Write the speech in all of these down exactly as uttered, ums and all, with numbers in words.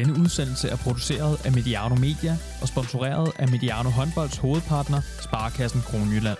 Denne udsendelse er produceret af Mediano Media og sponsoreret af Mediano Håndbolds hovedpartner, Sparekassen Kronjylland.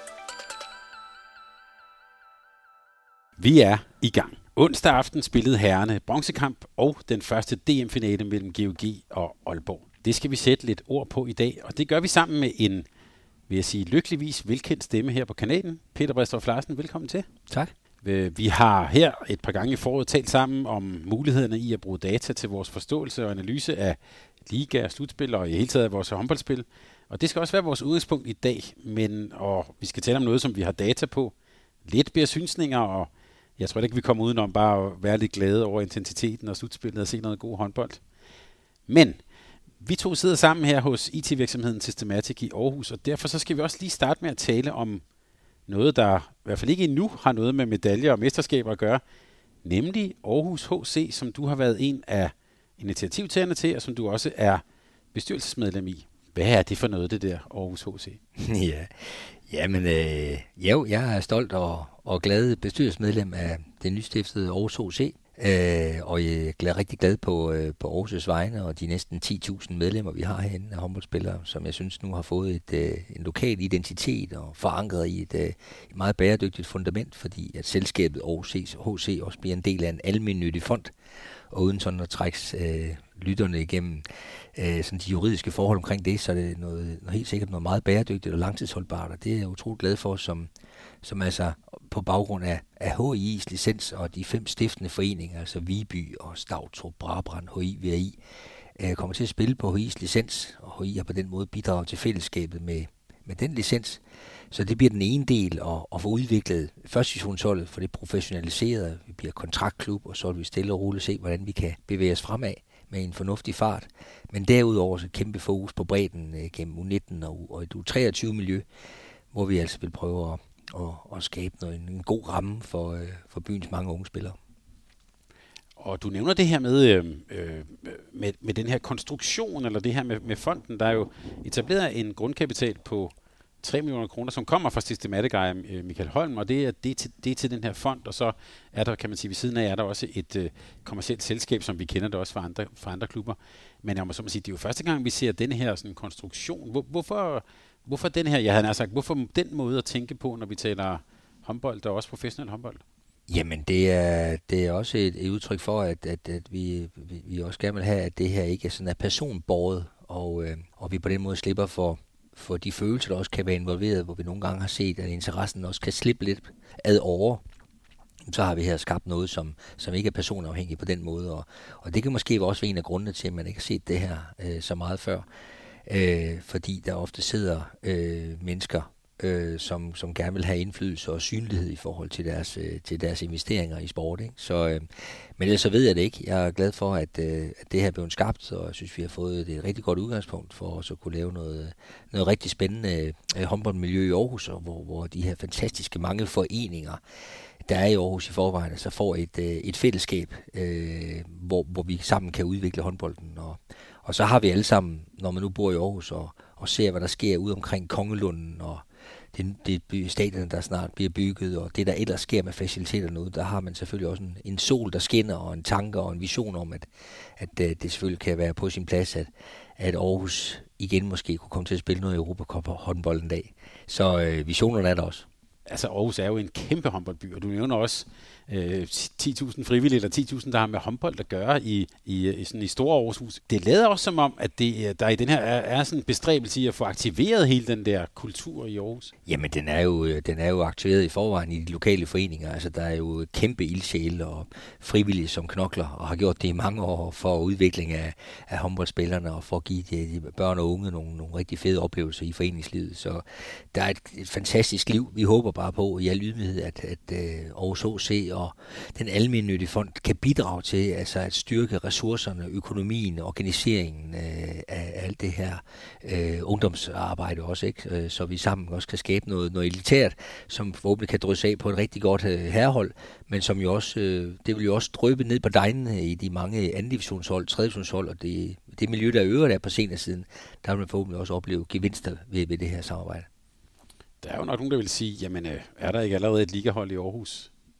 Vi er i gang. Onsdag aften spillede herrerne bronzekamp og den første D M-finale mellem G O G og Aalborg. Det skal vi sætte lidt ord på i dag, og det gør vi sammen med en, vil jeg sige, lykkeligvis velkendt stemme her på kanalen. Peter Brædstrup Larsen, velkommen til. Tak. Vi har her et par gange i foråret talt sammen om mulighederne i at bruge data til vores forståelse og analyse af liga, slutspil og i hele taget af vores håndboldspil. Og det skal også være vores udgangspunkt i dag, men og vi skal tale om noget, som vi har data på. Lidt mere synsninger, og jeg tror ikke, vi kommer udenom bare at være lidt glade over intensiteten og slutspillet og se noget god håndbold. Men vi to sidder sammen her hos I T-virksomheden Systematic i Aarhus, og derfor så skal vi også lige starte med at tale om noget, der i hvert fald ikke endnu har noget med medaljer og mesterskaber at gøre, nemlig Aarhus H C, som du har været en af initiativtagerne til, og som du også er bestyrelsesmedlem i. Hvad er det for noget, det der Aarhus H C? ja, Jamen, øh, jo, jeg er stolt og, og glad bestyrelsesmedlem af det nystiftede Aarhus H C, øh, og jeg er glad, rigtig glad på, øh, på Aarhus' vegne og de næsten ti tusind medlemmer, vi har herinde af håndboldspillere, som jeg synes nu har fået et, øh, en lokal identitet og forankret i et, øh, et meget bæredygtigt fundament, fordi at selskabet Aarhus H C også bliver en del af en almennyttig fond, og uden sådan at trække øh, lytterne igennem øh, sådan de juridiske forhold omkring det, så er det noget, noget helt sikkert noget meget bæredygtigt og langtidsholdbart, og det er jeg utroligt glad for, som, som altså på baggrund af, af H I I's licens og de fem stiftende foreninger, altså Viby og Stavtrup, Brabrand, H I, V R I, øh, kommer til at spille på H I's licens, og H I har på den måde bidraget til fællesskabet med, med den licens. Så det bliver den ene del at, at få udviklet første divisionsholdet, for det er professionaliseret. Vi bliver kontraktklub, og så vil vi stille og roligt se, hvordan vi kan bevæge os fremad med en fornuftig fart. Men derudover så kæmpe fokus på bredden øh, gennem U nitten og, og et U treogtyve miljø, hvor vi altså vil prøve at, at, at skabe noget, en god ramme for, øh, for byens mange unge spillere. Og du nævner det her med, øh, med, med den her konstruktion, eller det her med, med fonden. Der er jo etableret en grundkapital på tre millioner kroner, som kommer fra Systematic Michael Holm, og det er, det, er til, det er til den her fond, og så er der, kan man sige, ved siden af er der også et øh, kommercielt selskab, som vi kender det også fra andre, fra andre klubber. Men jeg må så sige, det er jo første gang, vi ser den her sådan, konstruktion. Hvor, hvorfor, hvorfor den her, jeg havde nær sagt, hvorfor den måde at tænke på, når vi taler håndbold, og også professionel håndbold? Jamen, det er, det er også et, et udtryk for, at, at, at vi, vi, vi også gerne vil have, at det her ikke er sådan er personbåret, og, øh, og vi på den måde slipper for for de følelser, der også kan være involveret, hvor vi nogle gange har set, at interessen også kan slippe lidt ad over. Så har vi her skabt noget, som, som ikke er personafhængigt på den måde, og, og det kan måske også være en af grundene til, at man ikke har set det her øh, så meget før, øh, fordi der ofte sidder øh, mennesker, øh, som, som gerne vil have indflydelse og synlighed i forhold til deres, øh, til deres investeringer i sport. Ikke? Så, øh, men ellers så ved jeg det ikke. Jeg er glad for, at, øh, at det her er blevet skabt, og jeg synes, vi har fået et rigtig godt udgangspunkt for også at kunne lave noget, noget rigtig spændende øh, håndboldmiljø i Aarhus, og hvor, hvor de her fantastiske mange foreninger, der er i Aarhus i forvejen, så får et, øh, et fællesskab, øh, hvor, hvor vi sammen kan udvikle håndbolden. Og, og så har vi alle sammen, når man nu bor i Aarhus, og, og ser, hvad der sker ude omkring Kongelunden, og det, det stadion, der snart bliver bygget, og det, der ellers sker med faciliteterne ude, der har man selvfølgelig også en, en sol, der skinner, og en tanke og en vision om, at, at, at det selvfølgelig kan være på sin plads, at, at Aarhus igen måske kunne komme til at spille noget Europacup og håndbold en dag. Så øh, visionerne er der også. Altså Aarhus er jo en kæmpe håndboldby, og du nævner også øh, ti tusind frivillige, eller ti tusind, der har med håndbold at gøre i, i, i, sådan, i store Aarhus. Det lader også som om, at det, der i den her er, er sådan en bestræbelse i at få aktiveret hele den der kultur i Aarhus. Jamen, den er jo, den er jo aktiveret i forvejen i de lokale foreninger. Altså, der er jo kæmpe ildsjæle og frivillige, som knokler og har gjort det i mange år for udvikling af, af håndboldspillerne og for at give de, de børn og unge nogle, nogle rigtig fede oplevelser i foreningslivet. Så der er et, et fantastisk liv. Vi håber bare på i al ydmyghed, at, at uh, Aarhus H C og den almennyttige fond kan bidrage til altså at styrke ressourcerne, økonomien, organiseringen uh, af alt det her uh, ungdomsarbejde også, ikke? Uh, så vi sammen også kan skabe noget, noget elitært, som forhåbentlig kan drysse af på et rigtig godt uh, herrehold, men som jo også, uh, det vil jo også drøbe ned på degnene i de mange anden divisionshold, tredje divisionshold, og det, det miljø, der øver der på senere der vil man forhåbentlig også opleve gevinster ved, ved det her samarbejde. Der er jo nok nogen, der vil sige, jamen er der ikke allerede et ligahold i Aarhus?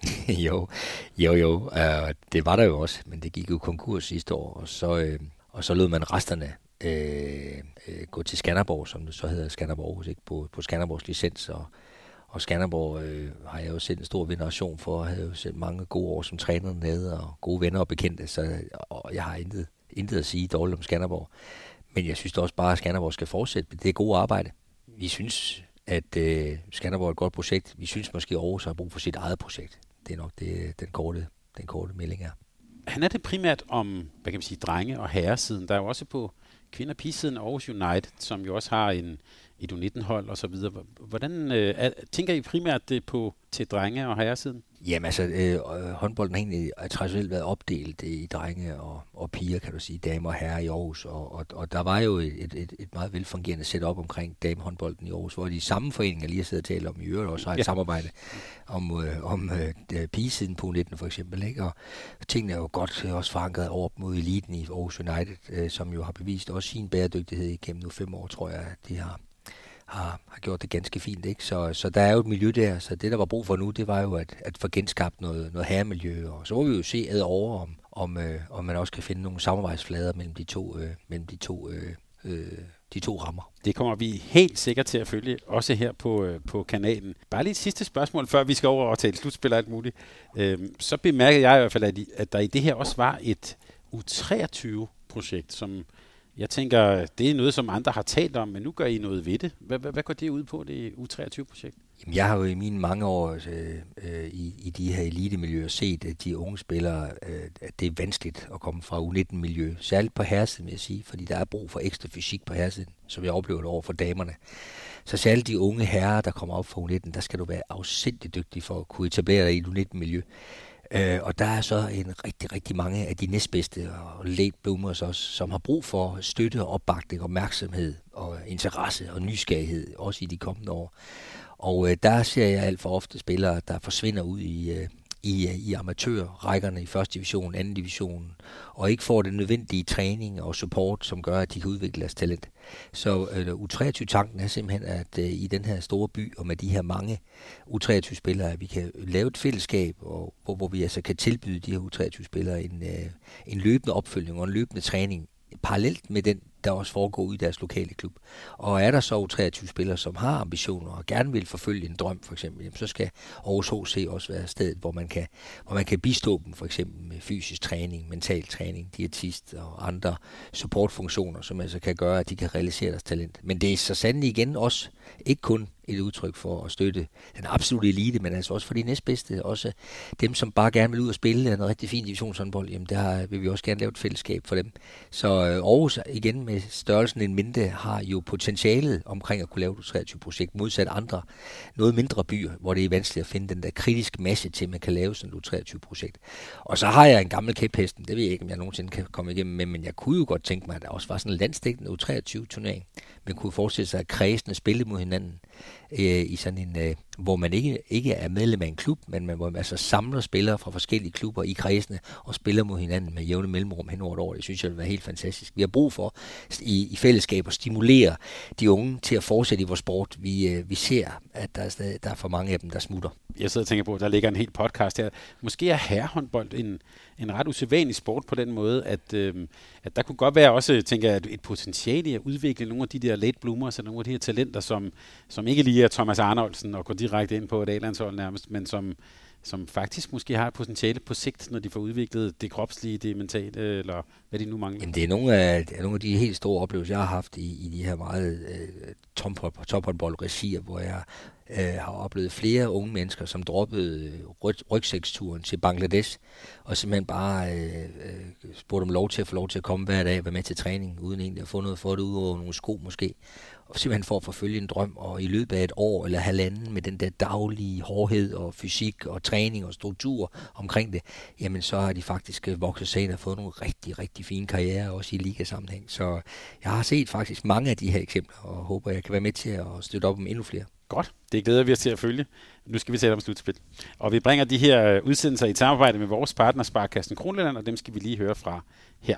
jo, jo, jo. Uh, det var der jo også, men det gik jo konkurs sidste år, og så, uh, og så lod man resterne uh, uh, gå til Skanderborg, som det så hedder Skanderborg, ikke? På, på Skanderborgs licens, og, og Skanderborg øh, har jeg jo selv en stor veneration for, og havde jo selv mange gode år som træner nede, og gode venner og bekendte, så og jeg har intet, intet at sige dårligt om Skanderborg. Men jeg synes også bare, at Skanderborg skal fortsætte. Det er gode arbejde. Vi synes, at øh, Skanderborg er et godt projekt. Vi synes måske, at Aarhus har brug for sit eget projekt. Det er nok det, den, korte, den korte melding her. Han er det primært om, hvad kan man sige, drenge- og herresiden. Der er jo også på kvinde- og pigesiden Aarhus United, som jo også har en, et U nitten-hold og så videre. Hvordan øh, er, tænker I primært det på til drenge- og herresiden? Jamen altså, øh, håndbolden har egentlig traditionelt været opdelt i drenge og, og piger, kan du sige, damer og herrer i Aarhus. Og, og, og der var jo et, et, et meget velfungerende setup omkring damehåndbolden i Aarhus, hvor de samme foreninger lige har siddet og talt om, i øvrigt også har et ja. samarbejde om, øh, om øh, pigesiden på U nitten for eksempel. Ikke? Og tingene er jo godt også forankret over mod eliten i Aarhus United, øh, som jo har bevist også sin bæredygtighed igennem nu fem år, tror jeg, de har. Har, har gjort det ganske fint, ikke? Så, så der er jo et miljø der, så det, der var brug for nu, det var jo at, at få genskabt noget, noget herremiljø, og så må vi jo se ad over, om, om, øh, om man også kan finde nogle samarbejdsflader mellem de to, øh, mellem de to, øh, øh, de to rammer. Det kommer vi helt sikkert til at følge, også her på, øh, på kanalen. Bare lige et sidste spørgsmål, før vi skal over og tale slutspil og alt muligt. Øhm, så bemærkede jeg i hvert fald, at, I, at der i det her også var et U treogtyve-projekt, som jeg tænker, det er noget, som andre har talt om, men nu gør I noget ved det. Hvad, hvad, hvad går det ud på, det U treogtyve-projekt? Jamen, jeg har jo i mine mange år øh, øh, i, i de her elitemiljøer set, at de unge spillere, øh, at det er vanskeligt at komme fra U nitten-miljø. Særligt på herresiden, vil jeg sige, fordi der er brug for ekstra fysik på herresiden, som jeg oplever det over for damerne. Så særligt de unge herrer, der kommer op fra U nitten, der skal du være afsindig dygtig for at kunne etablere dig i et U nitten-miljø. Øh, og der er så en rigtig, rigtig mange af de næstbedste og late bloomers også, som har brug for støtte og opbakning, opmærksomhed og interesse og nysgerrighed, også i de kommende år. Og øh, der ser jeg alt for ofte spillere, der forsvinder ud i, øh, i, i amatørrækkerne i første division, anden division, og ikke får den nødvendige træning og support, som gør, at de kan udvikle deres talent. Så øh, U treogtyve-tanken er simpelthen, at øh, i den her store by, og med de her mange U treogtyve-spillere, at vi kan lave et fællesskab, og, hvor, hvor vi altså kan tilbyde de her U treogtyve-spillere en, øh, en løbende opfølgning og en løbende træning, parallelt med den, der også foregår ud i deres lokale klub. Og er der så U treogtyve-spillere, som har ambitioner og gerne vil forfølge en drøm, for eksempel, jamen, så skal Aarhus H C også være stedet, hvor man kan, hvor man kan bistå dem, for eksempel med fysisk træning, mental træning, diætist og andre supportfunktioner, som altså kan gøre, at de kan realisere deres talent. Men det er så sandelig igen også ikke kun et udtryk for at støtte den absolutte elite, men altså også for de næstbedste, også dem, som bare gerne vil ud og spille en rigtig fin divisionshåndbold, jamen der vil vi også gerne lave et fællesskab for dem. Så Aarhus igen med størrelsen en mindre har jo potentialet omkring at kunne lave et U treogtyve-projekt, modsat andre noget mindre byer, hvor det er vanskeligt at finde den der kritiske masse til, at man kan lave sådan et U treogtyve-projekt. Og så har jeg en gammel kæphesten, det ved jeg ikke, om jeg nogensinde kan komme igennem med, men jeg kunne jo godt tænke mig, at der også var sådan en landsdækkende U treogtyve-turnering. Man kunne forestille sig, at kredsene spille mod hinanden øh, i sådan en, øh, hvor man ikke, ikke er medlem af en klub, men man, hvor man altså samler spillere fra forskellige klubber i kredsene og spiller mod hinanden med jævne mellemrum hen over et år. Det synes jeg vil være helt fantastisk. Vi har brug for i, i fællesskab at stimulere de unge til at fortsætte i vores sport. Vi, øh, vi ser, at der er, stadig, der er for mange af dem, der smutter. Jeg sidder og tænker på, at der ligger en helt podcast her. Måske er herrehåndbold en, en ret usædvanlig sport på den måde, at, øh, at der kunne godt være også, tænker jeg, et potentiale i at udvikle nogle af de der late bloomers, og nogle af de her talenter, som, som ikke lige er Thomas Arnoldsen og går direkte ind på et A-landshold nærmest, men som, som faktisk måske har et potentiale på sigt, når de får udviklet det kropslige, det mentale, eller hvad de nu mangler. Jamen, det er nogle af, nogle af de helt store oplevelser, jeg har haft i, i de her meget øh, tophåndbold-regier, hvor jeg øh, har oplevet flere unge mennesker, som droppede ryg, rygsæksturen til Bangladesh, og simpelthen bare øh, øh, spurgte om lov til at få lov til at komme hver dag og være med til træning, uden egentlig at få noget for det, ud over nogle sko måske. Og simpelthen for at forfølge en drøm, og i løbet af et år eller halvanden med den der daglige hårdhed og fysik og træning og struktur omkring det, jamen så har de faktisk vokset sig ind og fået nogle rigtig, rigtig fine karrierer, også i ligasammenhæng. Så jeg har set faktisk mange af de her eksempler, og håber, jeg kan være med til at støtte op om endnu flere. Godt, det glæder vi os til at følge. Nu skal vi tale om slutspil. Og vi bringer de her udsendelser i et samarbejde med vores partner Sparekassen Kronjylland, og dem skal vi lige høre fra her.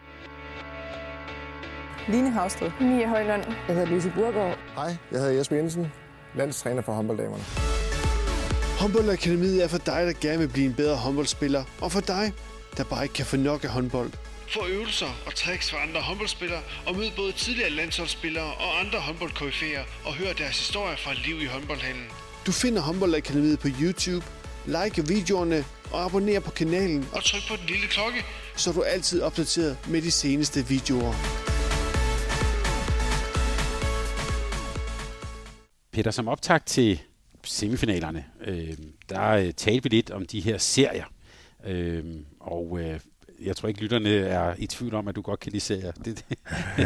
Line Havsted. Mia Højlund. Jeg hedder Lise Burgaard. Hej, jeg hedder Jesper Jensen, landstræner for håndbolddamerne. Håndboldakademiet er for dig, der gerne vil blive en bedre håndboldspiller, og for dig, der bare ikke kan få nok af håndbold. Få øvelser og tricks fra andre håndboldspillere, og mød både tidligere landsholdsspillere og andre håndboldkoryfæer, og hør deres historier fra liv i håndboldhallen. Du finder Håndboldakademiet på YouTube, like videoerne og abonner på kanalen, og tryk på den lille klokke, så du er altid opdateret med de seneste videoer. Peter, som optakt til semifinalerne, øh, der øh, talte vi lidt om de her serier, øh, og øh, jeg tror ikke, lytterne er i tvivl om, at du godt kan lide serier. Det, det.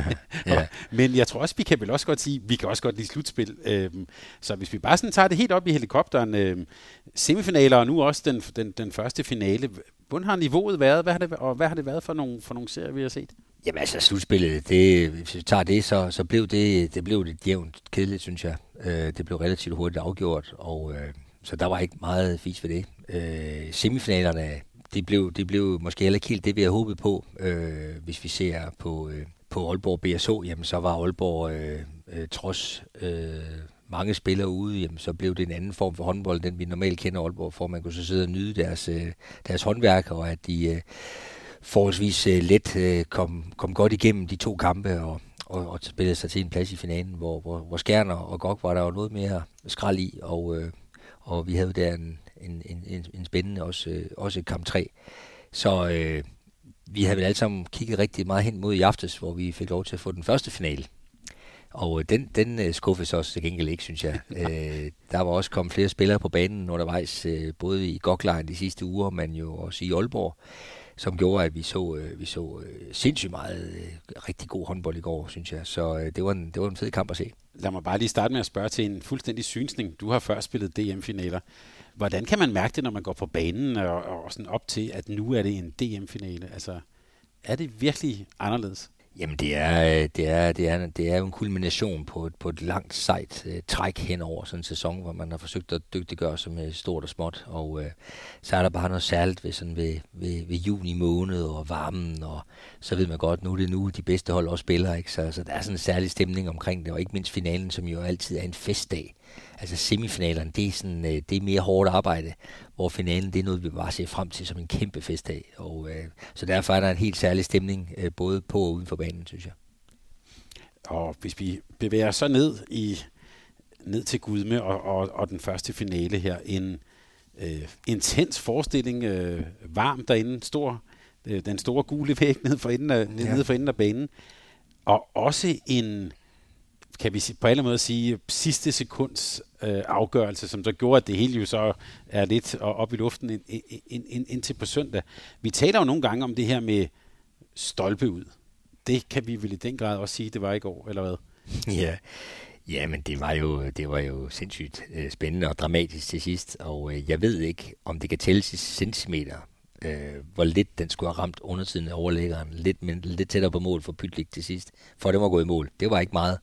ja. Men jeg tror også, vi kan vel også godt sige, vi kan også godt lide slutspil. Øh, så hvis vi bare sådan tager det helt op i helikopteren, øh, semifinaler og nu også den, den, den første finale, hvordan har niveauet været, hvad har det, og hvad har det været for nogle, for nogle serier, vi har set? Jamen altså, slutspillet, det, hvis vi tager det, så, så blev det, det blev lidt jævnt kedeligt, synes jeg. Øh, det blev relativt hurtigt afgjort, og øh, så der var ikke meget fis ved det. Øh, semifinalerne, det blev, det blev måske heller ikke helt det, vi havde håbet på. Øh, hvis vi ser på, øh, på Aalborg B S H, jamen så var Aalborg øh, øh, trods øh, mange spillere ude, jamen så blev det en anden form for håndbold, den vi normalt kender Aalborg for. Man kunne så sidde og nyde deres, øh, deres håndværk, og at de øh, forholdsvis øh, let øh, kom, kom godt igennem de to kampe, og, og, og spillede sig til en plads i finalen, hvor, hvor, hvor Skjern og Gok var der jo noget mere skrald i, og, øh, og vi havde der en En, en, en spændende, også, øh, også kamp tre. Så øh, vi havde vel alle sammen kigget rigtig meget hen mod i aftes, hvor vi fik lov til at få den første finale. Og øh, den, den øh, skuffes også til gengæld ikke, synes jeg. øh, der var også kommet flere spillere på banen undervejs, øh, både i Goklejren de sidste uger, men jo også i Aalborg, som gjorde, at vi så, øh, vi så øh, sindssygt meget øh, rigtig god håndbold i går, synes jeg. Så øh, det, var en, det var en fed kamp at se. Lad mig bare lige starte med at spørge til en fuldstændig synsning. Du har før spillet D M-finaler. Hvordan kan man mærke det, når man går på banen og, og sådan op til, at nu er det en D M-finale? Altså, er det virkelig anderledes? Jamen, det er, det er, det er, det er jo en kulmination på et, på et langt, sejt uh, træk hen over sådan en sæson, hvor man har forsøgt at dygtiggøre sig med stort og småt. Og uh, så er der bare noget særligt ved, sådan ved, ved, ved juni måned og varmen, og så ved man godt, nu er det nu, de bedste hold også spiller, ikke? Så, så der er sådan en særlig stemning omkring det, og ikke mindst finalen, som jo altid er en festdag. Altså semifinalerne, det er, sådan, øh, det er mere hårdt arbejde, hvor finalen, det er noget, vi bare ser frem til som en kæmpe festdag. Og, øh, så derfor er der en helt særlig stemning, øh, både på og uden for banen, synes jeg. Og hvis vi bevæger så ned i ned til Gudme og, og, og den første finale her, en øh, intens forestilling, øh, varm derinde, stor, øh, den store gule væg nede for enden af, ja. nede for enden af banen, og også en, kan vi på alle måder sige, sidste sekunds øh, afgørelse, som så gjorde, at det hele jo så er lidt op i luften ind, ind, ind, indtil på søndag. Vi taler jo nogle gange om det her med stolpe ud. Det kan vi vel i den grad også sige, det var i går, eller hvad? Ja, ja, men det var jo, det var jo sindssygt øh, spændende og dramatisk til sidst, og øh, jeg ved ikke, om det kan tælles i centimeter, øh, hvor lidt den skulle have ramt undertiden af overlæggeren, lidt, men, lidt tættere på mål for Pytlik til sidst, for det var gået i mål. Det var ikke meget.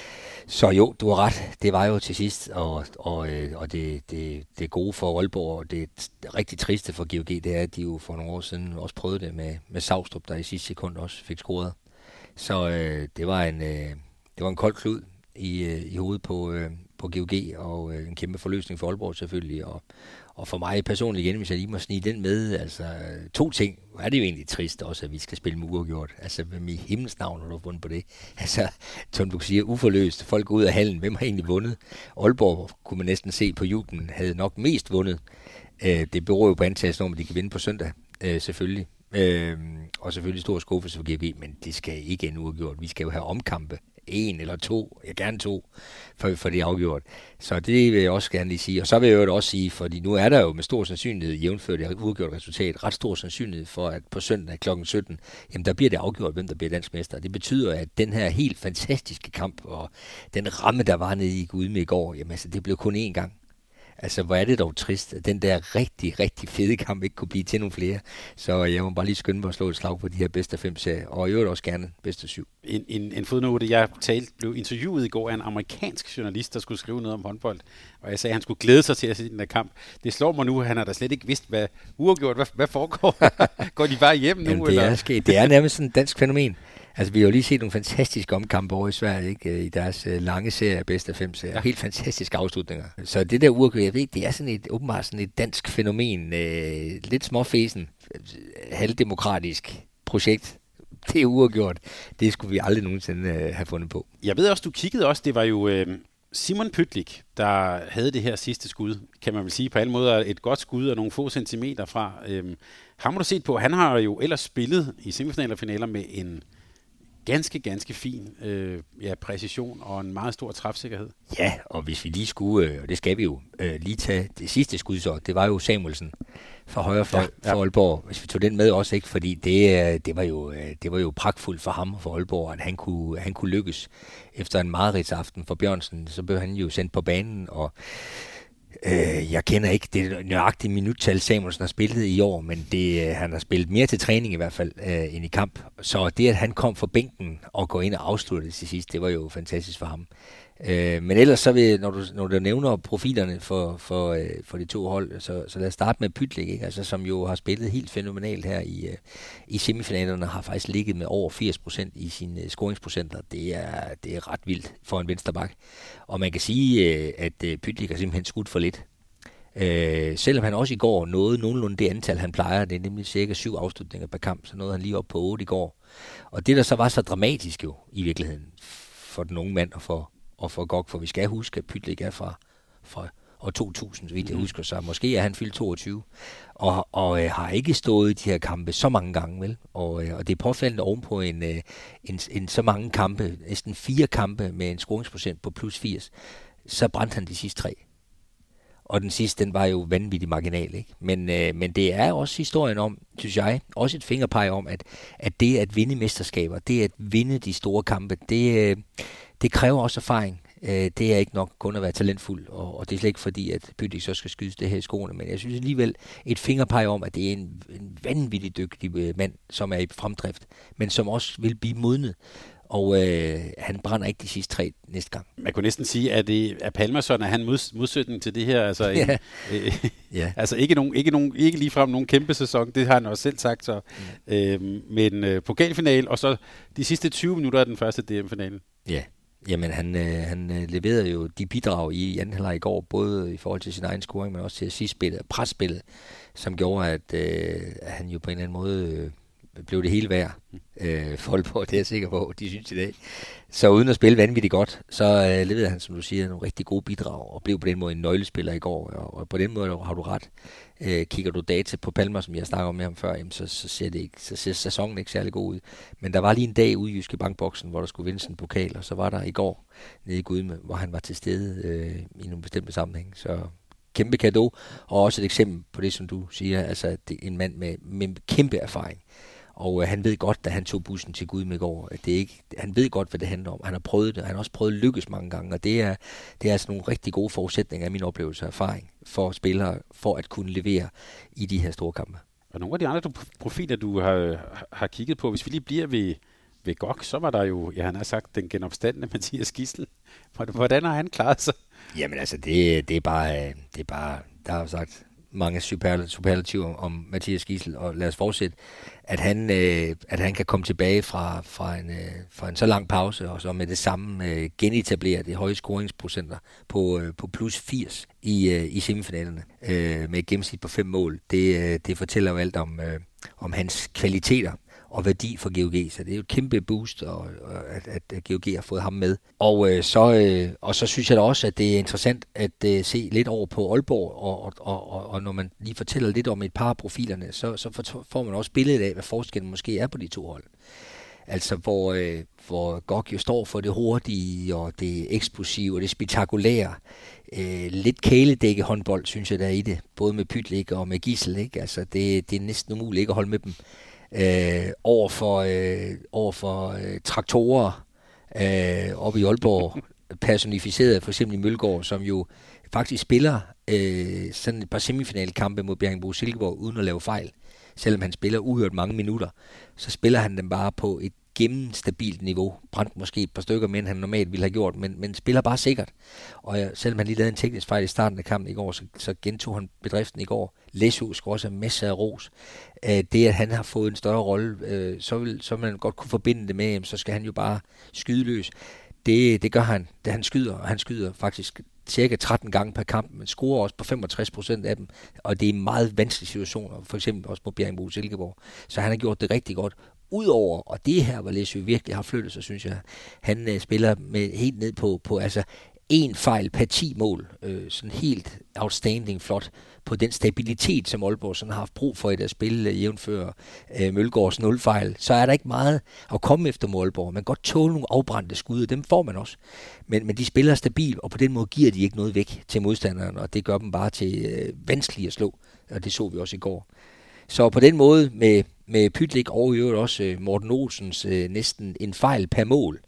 Så jo, du har ret. Det var jo til sidst, og, og, øh, og det, det, det gode for Aalborg, og det rigtig triste for G O G, det er, at de jo for nogle år siden også prøvede det med, med Savstrup, der i sidste sekund også fik scoret. Så øh, det var en øh, det var en kold klud i, øh, i hovedet på, øh, på G O G, og øh, en kæmpe forløsning for Aalborg selvfølgelig, og, og for mig personligt igen, hvis jeg lige må snige den med, altså to ting, er det jo egentlig trist også, at vi skal spille med uafgjort, altså hvem i himmels navn har du vundet på det? Altså, som du siger, uforløst, folk går ud af hallen, hvem har egentlig vundet? Aalborg, kunne man næsten se på jublen, havde nok mest vundet. Øh, det beror jo på antagelsen om, at de kan vinde på søndag, øh, selvfølgelig. Øh, og selvfølgelig stor skuffelse for G O G, men det skal ikke endnu uafgjort. Vi skal jo have omkampe. En eller to, jeg gerne to, for, for det er afgjort. Så det vil jeg også gerne lige sige. Og så vil jeg jo også sige, fordi nu er der jo med stor sandsynlighed, jævnført det uafgjort resultat, ret stor sandsynlighed for, at på søndag klokken sytten, jamen der bliver det afgjort, hvem der bliver dansk mester. Det betyder, at den her helt fantastiske kamp, og den ramme, der var nede i Gudme i går, jamen altså, det blev kun én gang. Altså, hvor er det dog trist, at den der rigtig, rigtig fede kamp ikke kunne blive til nogle flere. Så jeg må bare lige skynde mig at slå et slag på de her bedste fem serier, og i øvrigt også gerne bedste syv. En, en, en fodnote, jeg talte, blev interviewet i går af en amerikansk journalist, der skulle skrive noget om håndbold, og jeg sagde, at han skulle glæde sig til at se den der kamp. Det slår mig nu, han har da slet ikke vidst, hvad uafgjort, hvad, hvad foregår. Går de bare hjem nu? Jamen, det, eller? Er sket. Det er nærmest sådan et dansk fænomen. Altså, vi har jo lige set nogle fantastiske omkampe over i Sverige, ikke? I deres uh, lange serie, bedst af fem serier. Ja. Helt fantastiske afslutninger. Så det der uafgjort, jeg ved det er sådan et, åbenbart sådan et dansk fænomen. Øh, lidt småfæsen, halvdemokratisk projekt. Det er uafgjort. Det skulle vi aldrig nogensinde øh, have fundet på. Jeg ved også, du kiggede også, det var jo øh, Simon Pytlik, der havde det her sidste skud, kan man vel sige på alle måder, et godt skud og nogle få centimeter fra. Øh, ham har du set på, han har jo ellers spillet i semifinaler og finaler med en ganske, ganske fin øh, ja, præcision og en meget stor træfsikkerhed. Ja, og hvis vi lige skulle, øh, og det skal vi jo, øh, lige tage det sidste skud så, det var jo Samuelsen fra højre fløj ja, ja. for Aalborg. Hvis vi tog den med også, ikke, fordi det, det, var jo, det var jo pragtfuldt for ham og for Aalborg, at han kunne, han kunne lykkes. Efter en mareridtsaften for Bjørnsen, så blev han jo sendt på banen, og Øh, jeg kender ikke det nøjagtige minuttal, Samuelsen har spillet i år, men det, han har spillet mere til træning i hvert fald, øh, end i kamp. Så det, at han kom fra bænken og går ind og afslutter det til sidst, det var jo fantastisk for ham. Øh, men ellers så vil, når du, når du nævner profilerne for, for, øh, for de to hold, så, så lad os starte med Pytlik, ikke? Altså, som jo har spillet helt fænomenalt her i, øh, i semifinalerne, har faktisk ligget med over firs procent i sine øh, scoringsprocenter. Det er, det er ret vildt for en vensterbak. Og man kan sige, øh, at øh, Pytlik har simpelthen skudt for lidt. Øh, selvom han også i går nåede nogenlunde det antal, han plejer, det er nemlig cirka syv afslutninger per kamp, så nåede han lige op på otte i går. Og det, der så var så dramatisk jo i virkeligheden for den unge mand og for og for Gok, for vi skal huske, at Pytlik er fra, fra år to tusind, så vidt jeg husker, så måske er han fyldt toogtyve, og, og øh, har ikke stået i de her kampe så mange gange, vel? Og, øh, og det er påfaldende ovenpå en, øh, en, en så mange kampe, næsten fire kampe med en scoringsprocent på plus firs, så brændte han de sidste tre. Og den sidste, den var jo vanvittig marginal, ikke? Men, øh, men det er også historien om, synes jeg, også et fingerpeg om, at, at det at vinde mesterskaber, det at vinde de store kampe, det, øh, det kræver også erfaring. Øh, det er ikke nok kun at være talentfuld, og, og det er slet ikke fordi, at Pytlik så skal skydes det her i skoene, men jeg synes alligevel et fingerpeg om, at det er en, en vanvittig dygtig mand, som er i fremdrift, men som også vil blive modnet. Og øh, han brænder ikke de sidste tre næste gang. Man kunne næsten sige, at det er Palmerson, at han mods, modsætning til det her. Altså, ja. en, øh, ja. altså ikke, nogen, ikke, nogen, ikke ligefrem nogen kæmpe sæson, det har han også selv sagt. Så. Mm. Øh, men øh, pokalfinal, og så de sidste tyve minutter af den første D M-finalen. Ja, jamen han, øh, han øh, leverede jo de bidrag i anden halvleg i går, både i forhold til sin egen scoring, men også til sidstspillet, presspillet, som gjorde, at, øh, at han jo på en eller anden måde øh, blev det hele værd. Øh, folk på, det er jeg sikker på, de synes i dag. Så uden at spille vanvittigt godt, så øh, leverede han, som du siger, nogle rigtig gode bidrag, og blev på den måde en nøglespiller i går, og, og på den måde har du ret. Øh, kigger du data på Palmer, som jeg snakker om med ham før, jamen, så, så, ser det ikke, så ser sæsonen ikke særlig god ud. Men der var lige en dag ude i Jyske Bankboksen, hvor der skulle vindes en pokal, og så var der i går nede i Gudme, hvor han var til stede øh, i nogle bestemte sammenhæng. Så kæmpe cadeau, og også et eksempel på det, som du siger, altså det er en mand med, med kæmpe erfaring. Og øh, han ved godt, da han tog bussen til Gudme i går, at det ikke, han ved godt, hvad det handler om. Han har prøvet det, han har også prøvet at lykkes mange gange, og det er, det er altså nogle rigtig gode forudsætninger af min oplevelse og erfaring for spillere, for at kunne levere i de her store kampe. Og nogle af de andre profiler, du har, har kigget på, hvis vi lige bliver ved, ved Gok, så var der jo, ja, han har sagt, den genopstandende Mathias Gidsel. Hvordan har han klaret sig? Jamen altså, det, det er bare, det er bare, der har sagt mange superlativer om Mathias Gidsel, og lad os fortsætte, at han, øh, at han kan komme tilbage fra, fra, en, øh, fra en så lang pause, og så med det samme øh, genetablere de høje scoringsprocenter på, øh, på plus firs i, øh, i semifinalerne, øh, med et gennemsnit på fem mål. Det, øh, det fortæller jo alt om, øh, om hans kvaliteter og værdi for G O G, så det er jo et kæmpe boost, og, og at, at G O G har fået ham med. Og, øh, så, øh, og så synes jeg da også, at det er interessant at øh, se lidt over på Aalborg, og, og, og, og når man lige fortæller lidt om et par af profilerne, så, så får man også billedet af, hvad forskellen måske er på de to hold. Altså hvor, øh, hvor Gok jo står for det hurtige, og det eksplosive, og det spektakulære. Øh, lidt kæledække håndbold, synes jeg, der er i det, både med Pytlik og med Gidsel, ikke? Altså det, det er næsten umuligt ikke at holde med dem. Øh, over for, øh, over for øh, traktorer øh, oppe i Aalborg, personificeret for eksempel i Mølgaard, som jo faktisk spiller øh, sådan et par semifinalkampe mod Bjerringbro Silkeborg uden at lave fejl. Selvom han spiller uhørt mange minutter, så spiller han dem bare på et gennemstabilt niveau. Brændt måske et par stykker mere, end han normalt ville have gjort, men, men spiller bare sikkert. Og ja, selvom han lige lavede en teknisk fejl i starten af kampen i går, så, så gentog han bedriften i går. Læsø skal også have masser af ros. Øh, det, at han har fået en større rolle, øh, så, vil, så vil man godt kunne forbinde det med, så skal han jo bare skyde løs. Det, det gør han, da han skyder, og han skyder faktisk cirka tretten gange per kamp, men scorer også på femogtres procent af dem, og det er meget vanskelige situationer, for eksempel også på Bjerringbro Silkeborg. Så han har gjort det rigtig godt. Udover, og det her, hvor Læsø virkelig har flyttet sig, synes jeg, han øh, spiller med helt ned på, på altså en fejl per ti mål, øh, sådan helt outstanding flot, på den stabilitet, som Aalborg sådan har haft brug for i deres spil, øh, jævnfører øh, Mølgaards nulfejl, så er der ikke meget at komme efter mod Aalborg. Man kan godt tåle nogle afbrændte skud, dem får man også. Men, men de spiller stabilt, og på den måde giver de ikke noget væk til modstanderen, og det gør dem bare til øh, vanskeligt at slå, og det så vi også i går. Så på den måde, med, med Pytlik og i øvrigt også øh, Morten Olsens øh, næsten en fejl per mål,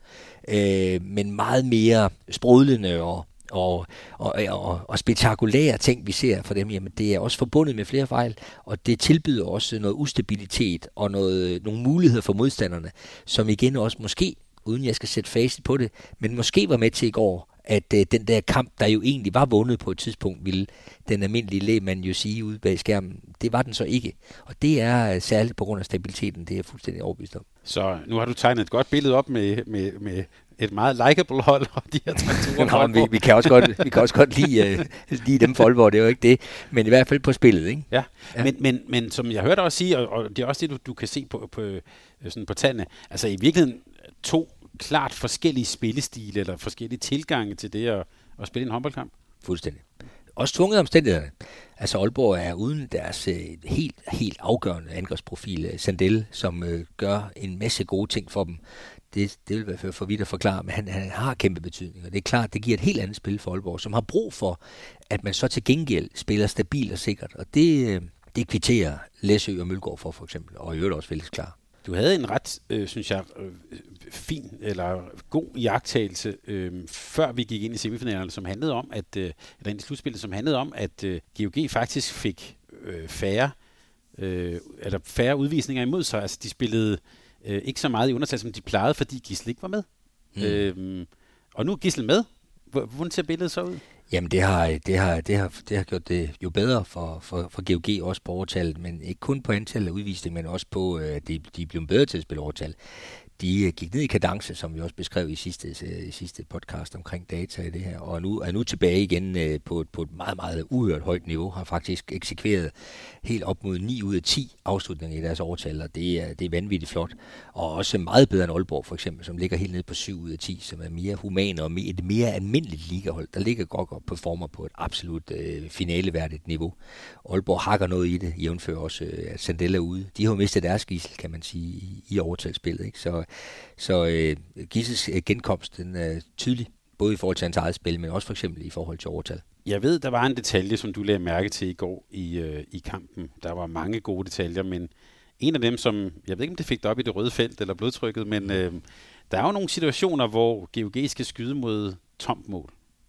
øh, men meget mere sprudlende og, og, og, og, og spektakulære ting, vi ser for dem, jamen det er også forbundet med flere fejl, og det tilbyder også noget ustabilitet og noget, nogle muligheder for modstanderne, som igen også måske, uden jeg skal sætte facit på det, men måske var med til i går, at øh, den der kamp, der jo egentlig var vundet på et tidspunkt, ville den almindelige lægmand jo sige ude bag skærmen. Det var den så ikke. Og det er øh, særligt på grund af stabiliteten, det er jeg fuldstændig overbevist om. Så nu har du tegnet et godt billede op med, med, med et meget likeable hold, og de her traktorer. Nå, vi, vi, kan også godt, vi kan også godt lide, uh, lide dem for Aalborg, det er jo ikke det. Men i hvert fald på spillet, ikke? Ja, ja. Men, men, men som jeg hørte også sige, og, og det er også det, du, du kan se på, på, sådan på tallene, altså i virkeligheden to klart forskellige spillestile, eller forskellige tilgange til det at, at spille en håndboldkamp. Fuldstændig. Også tvunget omstændighederne. Altså Aalborg er uden deres øh, helt, helt afgørende angrebsprofil, øh, Sandel, som øh, gør en masse gode ting for dem. Det, det vil være for vidt at forklare, men han, han har kæmpe betydning, og det er klart, det giver et helt andet spil for Aalborg, som har brug for, at man så til gengæld spiller stabilt og sikkert, og det, øh, det kvitterer Læsø og Mølgaard for, for eksempel, og i øvrigt også Fælles klar. Du havde en ret, øh, synes jeg, øh, fin eller god iagttagelse, øh, før vi gik ind i semifinalerne, som handlede om, at, øh, eller ind i slutspillet, som handlede om, at øh, G O G faktisk fik øh, færre, øh, eller færre udvisninger imod sig. Altså, de spillede øh, ikke så meget i undertal, som de plejede, fordi Gisle ikke var med. Mm. Øh, og nu er Gisle med. Hvordan ser billedet så ud? Jamen det har, det har, det har, det har gjort det jo bedre for, for, for G O G, også på overtallet, men ikke kun på antallet af udvisninger, men også på, at de, de er blevet bedre til at spille overtal. De gik ned i kadence, som vi også beskrev i sidste, i sidste podcast omkring data i det her, og nu er nu tilbage igen på, på et meget, meget uhørt højt niveau, har faktisk eksekveret helt op mod ni ud af ti afslutninger i deres overtal, og det er, det er vanvittigt flot. Og også meget bedre end Aalborg for eksempel, som ligger helt ned på syv ud af ti, som er mere humane og et mere almindeligt ligahold. Der ligger godt og performer på et absolut øh, finaleværdigt niveau. Aalborg hakker noget i det, jævnfører også, at Sandel er ude. De har jo mistet deres gidsel, kan man sige, i, i overtalsspillet, ikke? Så Så øh, Gisles øh, genkomst, den er tydelig, både i forhold til hans eget spil, men også for eksempel i forhold til overtal. Jeg ved, der var en detalje, som du lagde mærke til i går i, øh, i kampen. Der var mange gode detaljer, men en af dem, som, jeg ved ikke, om det fik det op i det røde felt eller blodtrykket, men øh, der er jo nogle situationer, hvor G O G skal skyde mod tomt mål.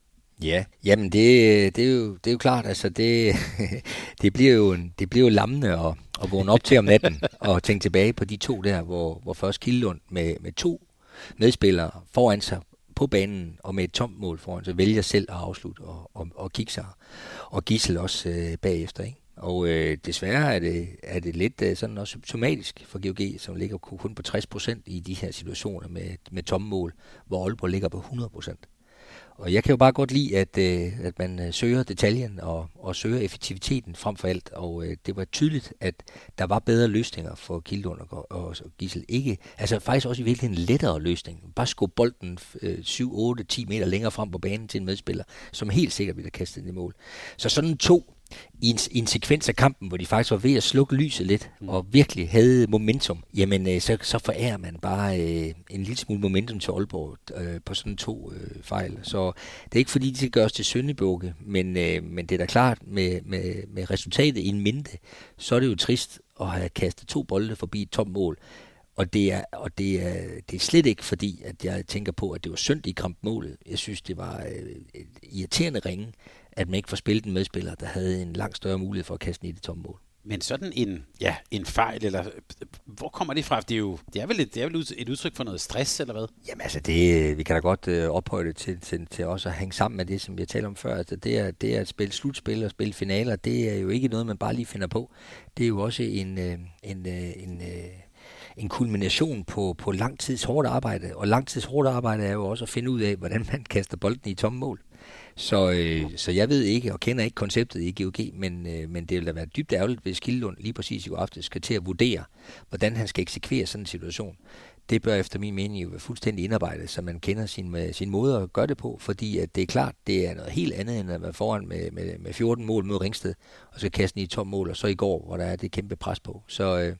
Ja, jamen det, det, er jo, det er jo klart, altså det, det bliver jo, det bliver jo lammende at, at vågne op til om natten og tænke tilbage på de to der, hvor, hvor først Kildlund med, med to medspillere foran sig på banen og med et tomt mål foran sig vælger selv at afslutte og, og, og kigge sig, og Gisle også øh, bagefter, ikke? Og øh, desværre er det, er det lidt øh, sådan også symptomatisk for G O G, som ligger kun på tres procent i de her situationer med, med tomme mål, hvor Aalborg ligger på hundrede procent. Og jeg kan jo bare godt lide, at, øh, at man øh, søger detaljen og, og søger effektiviteten frem for alt. Og øh, det var tydeligt, at der var bedre løsninger for Kildlund og, og, og Gisle. Ikke, altså faktisk også i virkeligheden en lettere løsning. Bare skubbe bolden øh, syv, otte, ti meter længere frem på banen til en medspiller, som helt sikkert ville have kastet den i mål. Så sådan to i en, i en sekvens af kampen, hvor de faktisk var ved at slukke lyset lidt, mm. og virkelig havde momentum, jamen øh, så, så forærer man bare øh, en lille smule momentum til Aalborg øh, på sådan to øh, fejl. Så det er ikke fordi, de skal gøres til syndebukke, men, øh, men det er da klart, med, med, med resultatet i en mente, så er det jo trist at have kastet to bolde forbi et tomt mål. Og det er, og det er, det er slet ikke fordi, at jeg tænker på, at det var synd, de kramte målet. Jeg synes, det var øh, et irriterende ringe, at man ikke får spillet en medspiller, der havde en langt større mulighed for at kaste den i det tomme mål. Men sådan en, ja, en fejl, eller Hvor kommer det fra? Det er jo det er vel et, det er vel et udtryk for noget stress, eller hvad? Jamen altså, det, vi kan da godt øh, ophøje det til, til, til også at hænge sammen med det, som jeg talte om før. Altså, det, er, det er at spille slutspil og spille finaler, det er jo ikke noget, man bare lige finder på. Det er jo også en, øh, en, øh, en, øh, en kulmination på, på lang tids hårdt arbejde. Og lang tids hårdt arbejde er jo også at finde ud af, hvordan man kaster bolden i tomme mål. Så, øh, så jeg ved ikke, og kender ikke konceptet i G O G, men, øh, men det vil da være dybt ærgerligt, hvis Skillund lige præcis i går aftes skal til at vurdere, hvordan han skal eksekvere sådan en situation. Det bør efter min mening jo være fuldstændig indarbejdet, så man kender sin, sin måde at gøre det på, fordi at det er klart, det er noget helt andet, end at være foran med, med, med fjorten mål mod Ringsted, og så kaste den i tom mål, og så i går, hvor der er det kæmpe pres på. Så, øh,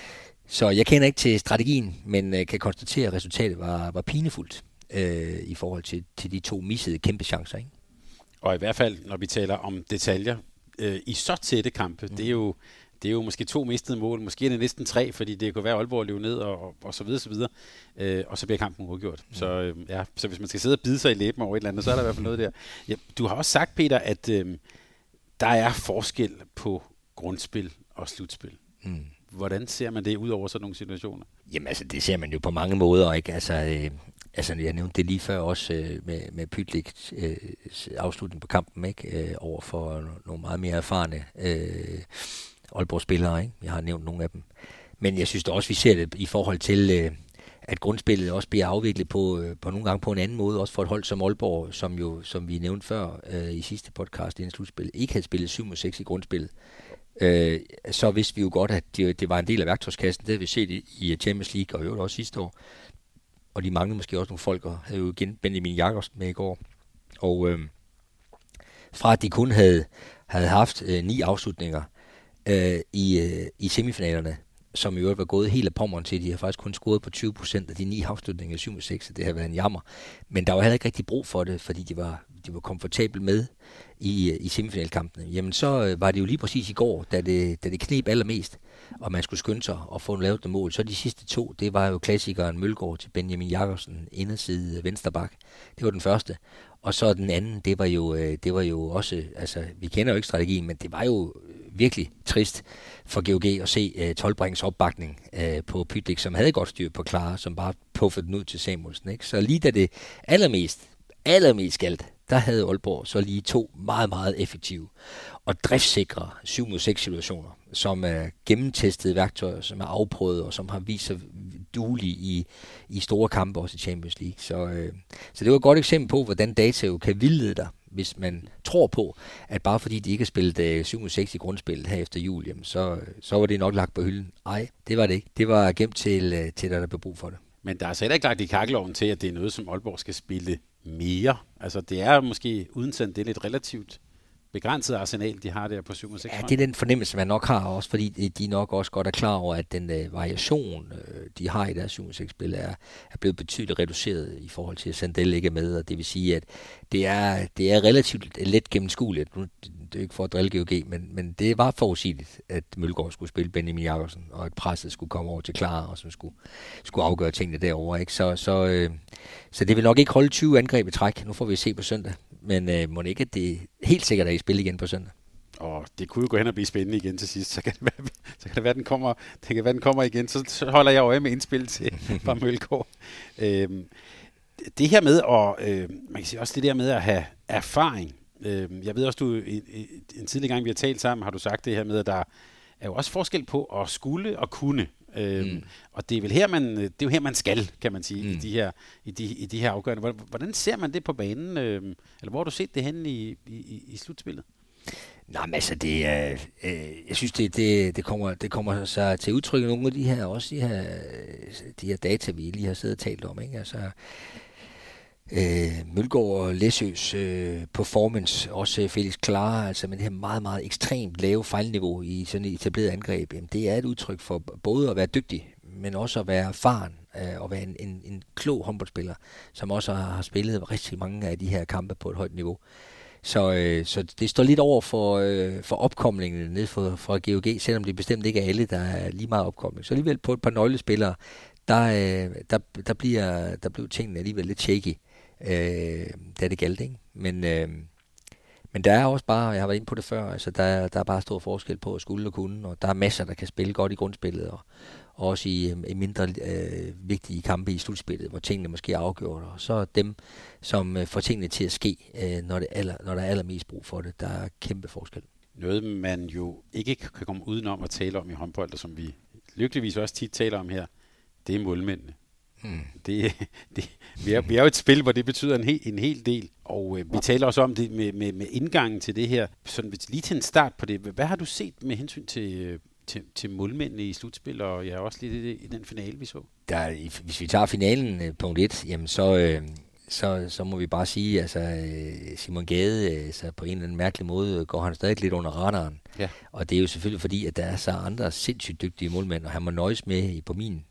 så jeg kender ikke til strategien, men øh, kan konstatere, at resultatet var, var pinefuldt øh, i forhold til, til de to missede kæmpe chancer, ikke? Og i hvert fald, når vi taler om detaljer, øh, i så tætte kampe, mm. det, er jo, det er jo måske to mistede mål, måske er det næsten tre, fordi det kunne være Aalborg løb ned, og, og, og så videre, så videre. Øh, og så bliver kampen uafgjort. Mm. Så, øh, ja, så hvis man skal sidde og bide sig i læben over et eller andet, så er der i hvert fald noget der. Ja, du har også sagt, Peter, at øh, der er forskel på grundspil og slutspil. Mm. Hvordan ser man det ud over sådan nogle situationer? Jamen altså, det ser man jo på mange måder, ikke? Altså... Øh Altså, jeg nævnte det lige før også øh, med, med Pytliks øh, afslutning på kampen, ikke? Øh, over for nogle meget mere erfarne øh, Aalborg-spillere, ikke? Jeg har nævnt nogle af dem. Men jeg synes da også, vi ser det i forhold til, øh, at grundspillet også bliver afviklet på, øh, på nogle gange på en anden måde, også for et hold som Aalborg, som jo, som vi nævnte før øh, i sidste podcast inden slutspil, ikke havde spillet syv mod seks i grundspillet. Øh, så vidste vi jo godt, at det, det var en del af værktøjskassen. Det har vi set i, i Champions League, og jo også sidste år. Og de manglede måske også nogle folk, og havde jo igen Benjamin Jakobsen med i går. Og øh, fra at de kun havde, havde haft øh, ni afslutninger øh, i, øh, i semifinalerne, som i øvrigt var gået helt af pommeren til, de har faktisk kun scoret på tyve procent af de ni afslutninger i syv mod seks, så det har været en jammer. Men der var heller ikke rigtig brug for det, fordi de var, de var komfortabel med i, i semifinalkampene. Jamen så øh, var det jo lige præcis i går, da det, da det kneb allermest, og man skulle skynde sig og få lavet det mål. Så de sidste to, det var jo klassikeren Mølgaard til Benjamin Jakobsen, inderside vensterbak. Det var den første. Og så den anden, det var jo, det var jo også, altså vi kender jo ikke strategien, men det var jo virkelig trist for G O G at se uh, Tolbrings opbakning uh, på Pytlik, som havde godt styr på Clara, som bare puffede den ud til Samuelsen, ikke? Så lige da det allermest, allermest galt, der havde Aalborg så lige to meget, meget effektive og driftsikre syv mod seks situationer, som er gennemtestede værktøjer, som er afprøvet og som har vist sig duelige i, i store kampe også i Champions League. Så, øh, så det var et godt eksempel på, hvordan data jo kan vildlede dig, hvis man tror på, at bare fordi de ikke har spillet øh, syv mod seks i grundspillet her efter jul, jamen, så, så var det nok lagt på hylden. Nej, det var det ikke. Det var gemt til, øh, til der, der blev brug for det. Men der er så heller ikke lagt i kakkeloven til, at det er noget, som Aalborg skal spille mere. Altså det er måske uden sådan, det er lidt relativt begrænset arsenal, de har der på syv mod seks. Ja, det er den fornemmelse, man nok har også, fordi de nok også godt er klar over, at den øh, variation, øh, de har i deres syv mod seks-spil, er, er blevet betydeligt reduceret i forhold til, at Sandell ikke er med, og det vil sige, at det er, det er relativt let gennemskueligt. Nu, det er ikke for at drille G O G, men, men det var forudsigeligt, at Mølgaard skulle spille Benjamin Jakobsen, og at presset skulle komme over til Clara, og som skulle, skulle afgøre tingene derovre, ikke? Så, så, øh, så det vil nok ikke holde tyve angreb i træk. Nu får vi se på søndag. Men øh, må det ikke, at det helt sikkert er i spil igen på søndag? Og det kunne jo gå hen og blive spændende igen til sidst. Så kan det være, så kan det være, den kommer, det kan være, den kommer igen. Så, så holder jeg øje med indspil til fra Mølgaard. øhm, det her med, og øh, man kan sige også det der med at have erfaring. Øh, jeg ved også, du en, en tidlig gang, vi har talt sammen, har du sagt det her med, at der er jo også forskel på at skulle og kunne. Øhm, mm. Og det er vel her man, det er jo her man skal, kan man sige, mm. i de her i de, i de her afgørende. Hvordan ser man det på banen, øhm, eller hvor har du set det henne i, i, i slutspillet? Nej, men altså det er, øh, jeg synes det, det det kommer det kommer så til udtryk i nogle af de her også de her de her data vi lige har siddet og talt om, ikke? Altså Øh, Mølgaard og Læsøs øh, performance, også Felix Clara, altså med det her meget, meget ekstremt lave fejlniveau i sådan et etableret angreb, jamen, det er et udtryk for både at være dygtig, men også at være erfaren øh, og være en, en, en klog håndboldspiller, som også har, har spillet rigtig mange af de her kampe på et højt niveau. Så, øh, så det står lidt over for, øh, for opkomlingen ned fra, fra G O G, selvom det bestemt ikke er alle, der er lige meget opkomling. Så alligevel på et par nøglespillere, der, øh, der, der, bliver, der blev tingene alligevel lidt shaky. Øh, da det galt, ikke? Men, øh, Men der er også bare, jeg har været inde på det før, altså der, der er bare stor forskel på at skulle og kunne, og der er masser, der kan spille godt i grundspillet, og, og også i, i mindre øh, vigtige kampe i slutspillet, hvor tingene måske er afgjort, og så dem, som øh, får tingene til at ske, øh, når, det aller, når der er allermest brug for det. Der er kæmpe forskel. Noget, man jo ikke kan komme udenom at tale om i håndbold, og som vi lykkeligvis også tit taler om her, det er målmændene. Hmm. Det, det, vi, er, vi er jo et spil, hvor det betyder en, hel, en hel del, og øh, vi taler også om det med, med, med indgangen til det her. Sådan, lige til en start på det, hvad har du set med hensyn til, til, til målmændene i slutspil, og ja, også lidt i, i den finale, vi så? Der, hvis vi tager finalen, øh, punkt et, jamen så... Øh Så, så må vi bare sige, altså Simon Gade, så på en eller anden mærkelig måde går han stadig lidt under radaren. Ja. Og det er jo selvfølgelig fordi, at der er så andre sindssygt dygtige målmænd, og han må nøjes med på min,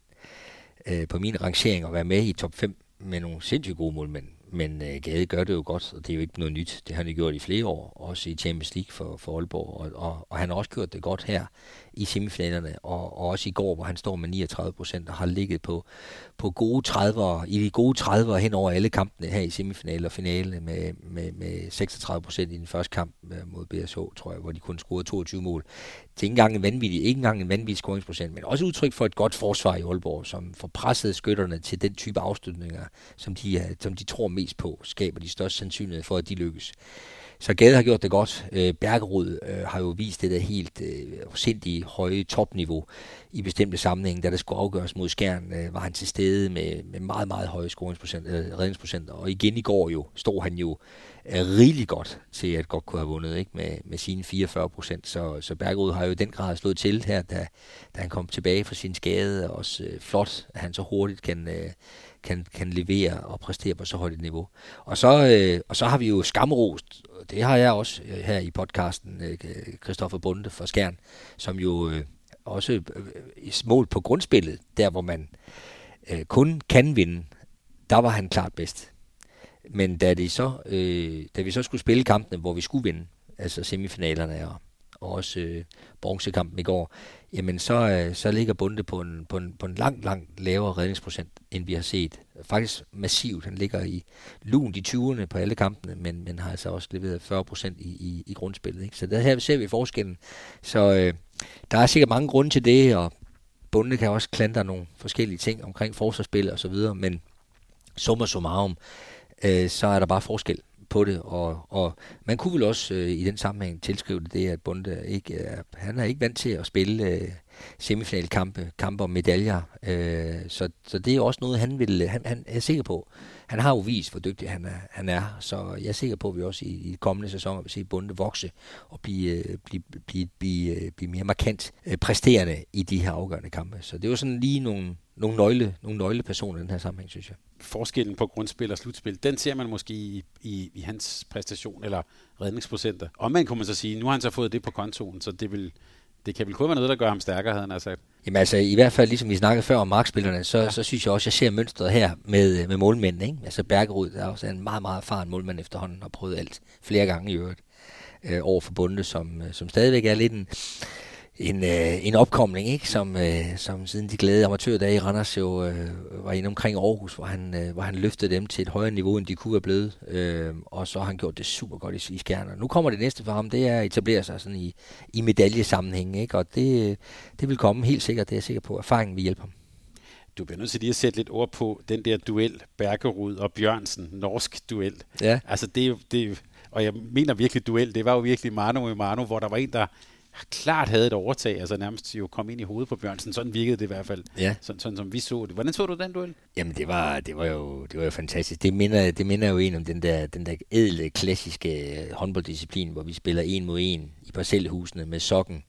øh, på min rangering at være med i top fem med nogle sindssygt gode målmænd. Men øh, Gade gør det jo godt, og det er jo ikke noget nyt. Det har han jo gjort i flere år, også i Champions League for, for Aalborg. Og, og, og han har også gjort det godt her i semifinalerne, og, og også i går, hvor han står med niogtredive procent og har ligget på, på gode trediver, i de gode trediver hen over alle kampene her i semifinale og finale med, med, med seksogtredive procent i den første kamp mod B S H, tror jeg, hvor de kun scorede toogtyve mål. Det er ikke engang en vanvittig, ikke engang en vanvittig scoringsprocent, men også udtryk for et godt forsvar i Aalborg, som får presset skytterne til den type afslutninger, som de, som de tror mest på, skaber de største sandsynlighed for, at de lykkes. Så Gade har gjort det godt. Bjerkerud øh, har jo vist det der helt øh, sindssygt høje topniveau i bestemte sammenhænge. Da det skulle afgøres mod Skjern, øh, var han til stede med, med meget, meget høje scoringsprocent, øh, redningsprocenter. Og igen i går jo, stod han jo øh, rigeligt godt til at godt kunne have vundet, ikke? Med, med sine fireogfyrre procent. Så, så Bjerkerud har jo i den grad slået til her, da, da han kom tilbage fra sin skade. Også øh, flot, at han så hurtigt kan... Øh, Kan, kan levere og præstere på så højt et niveau. Og så, øh, og så har vi jo skamrost, det har jeg også øh, her i podcasten, øh, Christoffer Bonde fra Skjern, som jo øh, også øh, målt på grundspillet, der hvor man øh, kun kan vinde, der var han klart bedst. Men da, det så, øh, da vi så skulle spille kampene, hvor vi skulle vinde, altså semifinalerne og, og også øh, bronzekampen i går, jamen så, øh, så ligger Bonde på en, på, en, på en langt, langt lavere redningsprocent, end vi har set. Faktisk massivt. Han ligger i lunt i tyverne på alle kampene, men, men har altså også leveret fyrre procent i, i, i grundspillet. Ikke? Så der her ser vi forskellen. Så øh, der er sikkert mange grunde til det, og Bonde kan også klandre nogle forskellige ting omkring forsvarsspil og så videre, men summa summarum, øh, så er der bare forskel på det, og, og man kunne vel også øh, i den sammenhæng tilskrive det, det at Bonde ikke er, han er ikke vant til at spille øh, semifinalkampe, kampe om medaljer, øh, så, så det er også noget, han vil, han, han er sikker på. Han har jo vist, hvor dygtig han er, han er, så jeg er sikker på, at vi også i, i kommende sæsoner vil se Bonde vokse og blive, blive, blive, blive, blive mere markant præsterende i de her afgørende kampe. Så det er jo sådan lige nogle, nogle, nøgle, nogle nøglepersoner i den her sammenhæng, synes jeg. Forskellen på grundspil og slutspil, den ser man måske i, i, i hans præstation eller redningsprocenter. Og man kunne man så sige, nu har han så fået det på kontoen, så det vil... Det kan vel kun være noget, der gør ham stærkere, havde han sagt. Jamen altså, i hvert fald, ligesom vi snakkede før om markspillerne, så, ja. så synes jeg også, at jeg ser mønstret her med, med målmændene. Ikke? Altså Bjerkerud, der er også en meget, meget erfaren målmand efterhånden, og prøvet alt flere gange i øvrigt øh, over for Bonde, som, som stadigvæk er lidt en, en, øh, en opkomling, ikke? Som, øh, som siden de glade amatørdage i Randers jo øh, var inde omkring Aarhus, hvor han, øh, hvor han løftede dem til et højere niveau, end de kunne være blevet. Øh, og så har han gjort det super godt i, i Skjern. Nu kommer det næste for ham, det er at etablere sig sådan i, i medaljesammenhæng, ikke? Og det, det vil komme helt sikkert, det er jeg sikker på. Erfaringen vil hjælpe ham. Du bliver nødt til lige at sætte lidt ord på den der duel, Bjerkerud og Bjørnsen, norsk duel. Ja. Altså det er jo, det er, og jeg mener virkelig duel, det var jo virkelig mano i mano, hvor der var en, der klart havde et overtag, altså nærmest jo kom ind i hovedet på Bjørnsen. Sådan virkede det i hvert fald, ja. sådan, sådan som vi så det. Hvordan så du den duel? Jamen det var, det var, jo, det var jo fantastisk. Det minder, det minder jo en om den der, den der ædle, klassiske håndbolddisciplin, hvor vi spiller en mod en i parcelhusene med sokken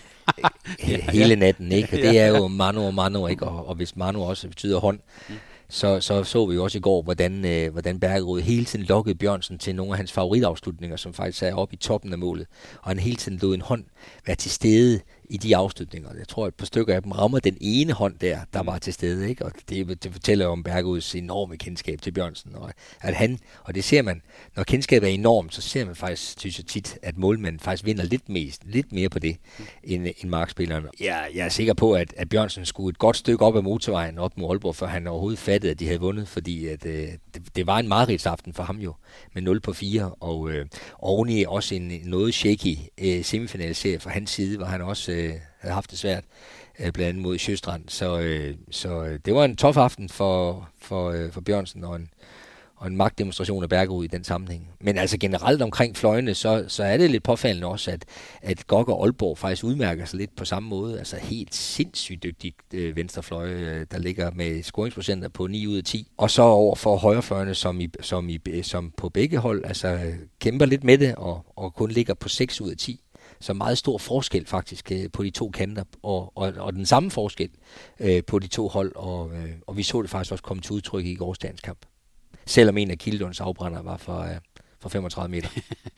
ja, hele natten, ikke? Og det er jo mano og mano, ikke? Og, og hvis mano også betyder hånd, mm. Så, så så vi jo også i går, hvordan, øh, hvordan Bjerkerud hele tiden lokkede Bjørnsen til nogle af hans favoritafslutninger, som faktisk er oppe i toppen af målet. Og han hele tiden lod en hånd være til stede i de afslutninger. Jeg tror, at et par stykker af dem rammer den ene hånd der, der var til stede, ikke? Og det, det fortæller jo om Berguds enorme kendskab til Bjørnsen, og at han, og det ser man, når kendskabet er enormt, så ser man faktisk, synes jeg tit, at målmanden faktisk vinder lidt, mest, lidt mere på det, end, end markspilleren. Jeg, jeg er sikker på, at, at Bjørnsen skulle et godt stykke op ad motorvejen, op mod Aalborg, før han overhovedet fattede, at de havde vundet, fordi at, øh, det, det var en mareridtsaften for ham jo, med nul på fire, og øh, oveni også en noget shaky øh, semifinalserie fra hans side, hvor han også øh, havde haft det svært, øh, blandt andet mod Sjøstrand. Så, øh, så øh, det var en tof aften for, for, øh, for Bjørnsen, og en, og en magtdemonstration af Bergerud i den sammenhæng. Men altså generelt omkring fløjene, så, så er det lidt påfaldende også, at, at Gok og Aalborg faktisk udmærker sig lidt på samme måde. Altså helt sindssygt dygtigt øh, venstrefløje, øh, der ligger med scoringsprocenter på ni ud af ti. Og så over for højrefløjene, som, i, som, i, som på begge hold altså, kæmper lidt med det, og, og kun ligger på seks ud af ti. Så meget stor forskel faktisk øh, på de to kanter, og, og, og den samme forskel øh, på de to hold, og, øh, og vi så det faktisk også komme til udtryk i gårsdagens kamp. Selvom en af Kildunds afbrænder var for, øh, for femogtredive meter.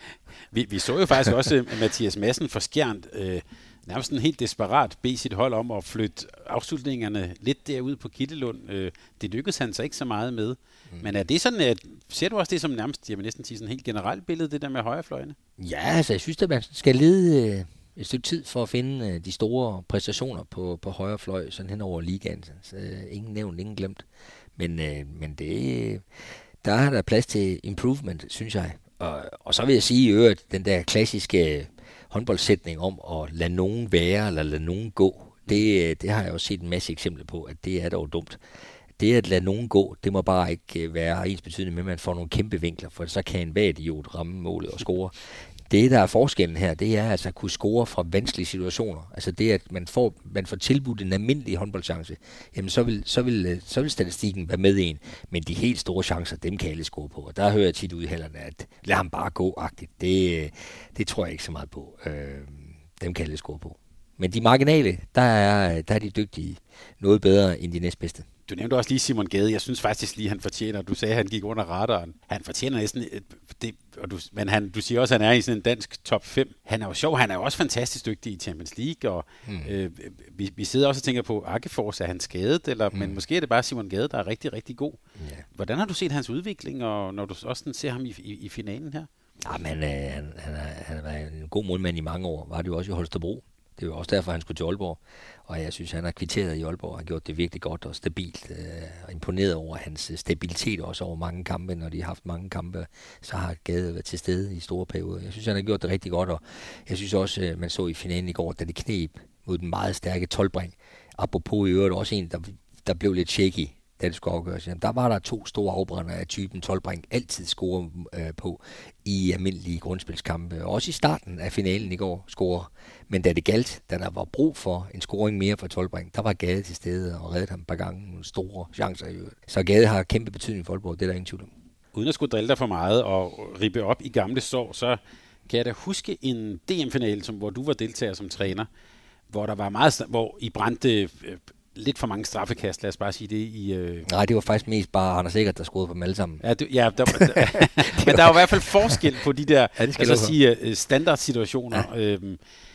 vi, vi så jo faktisk også Mathias Madsen for Skjern øh, nærmest en helt desperat bede sit hold om at flytte afslutningerne lidt derud på Kittelund. Øh, det lykkedes han så ikke så meget med. Mm. Men er det sådan, at ser du også det som nærmest, jeg vil næsten sige sådan helt generelt billede, det der med højrefløjene? Ja, altså jeg synes, at man skal lede øh, et stykke tid for at finde øh, de store præstationer på, på højrefløj, sådan hen over ligaen. Så, øh, ingen nævnt, ingen glemt. Men, øh, men det, der er der plads til improvement, synes jeg. Og, og så vil jeg sige i øvrigt, den der klassiske håndboldsætning om at lade nogen være, eller lade nogen gå, det, det har jeg også set en masse eksempler på, at det er dog dumt. Det at lade nogen gå, det må bare ikke være ens betydning med, at man får nogle kæmpe vinkler, for så kan en hver idiot ramme målet og score. Det, der er forskellen her, det er altså at kunne score fra vanskelige situationer. Altså det, at man får, man får tilbudt en almindelig håndboldchance, jamen så vil, så, vil, så vil statistikken være med en. Men de helt store chancer, dem kan alle score på. Og der hører jeg tit ud i hallerne, at lad ham bare gå-agtigt. Det, det tror jeg ikke så meget på. Øh, dem kan alle score på. Men de marginale, der er, der er de dygtige noget bedre end de næstbedste. Du nævnte også lige Simon Gade. Jeg synes faktisk lige, han fortjener. Du sagde, at han gik under radaren. Han fortjener næsten det, og du, men han, du siger også, at han er i sådan en dansk top fem. Han er jo sjov. Han er jo også fantastisk dygtig i Champions League. Og, mm. øh, vi, vi sidder også og tænker på, Akkefors, er han skadet? Eller, mm. Men måske er det bare Simon Gade, der er rigtig, rigtig god. Yeah. Hvordan har du set hans udvikling, og når du også ser ham i, i, i finalen her? Jamen, øh, han, han, er, han er en god målmand i mange år. Var det jo også i Holstebro. Det er jo også derfor, han skulle til Aalborg. Og jeg synes, han har kvitteret i Aalborg. Han har gjort det virkelig godt og stabilt. Øh, og imponeret over hans stabilitet også over mange kampe. Når de har haft mange kampe, så har Gade været til stede i store perioder. Jeg synes, han har gjort det rigtig godt. Og jeg synes også, man så i finalen i går, da det kneb mod den meget stærke Tolbring. Apropos i øvrigt også en, der, der blev lidt shaky, da det skulle afgøres. Der var der to store afbrænder af typen Tolbring altid score øh, på i almindelige grundspilskampe. Også i starten af finalen i går scorer. Men da det galt, da der var brug for en scoring mere for Tolbring, der var Gade til stede og reddede ham et par gange nogle store chancer i øvrigt. Så Gade har kæmpe betydning for Aalborg, det er der ingen tvivl om. Uden at skulle drille dig for meget og rippe op i gamle sår, så kan jeg da huske en D M-finale, som, hvor du var deltager som træner, hvor der var meget, hvor I brændte øh, lidt for mange straffekast, lad os bare sige det. I, øh... Nej, det var faktisk mest bare Anders Sikkert, der scorede på dem alle sammen. Ja, du, ja der, der, men der er jo i hvert fald forskel på de der ja, altså sige, standardsituationer. Ja. Øhm,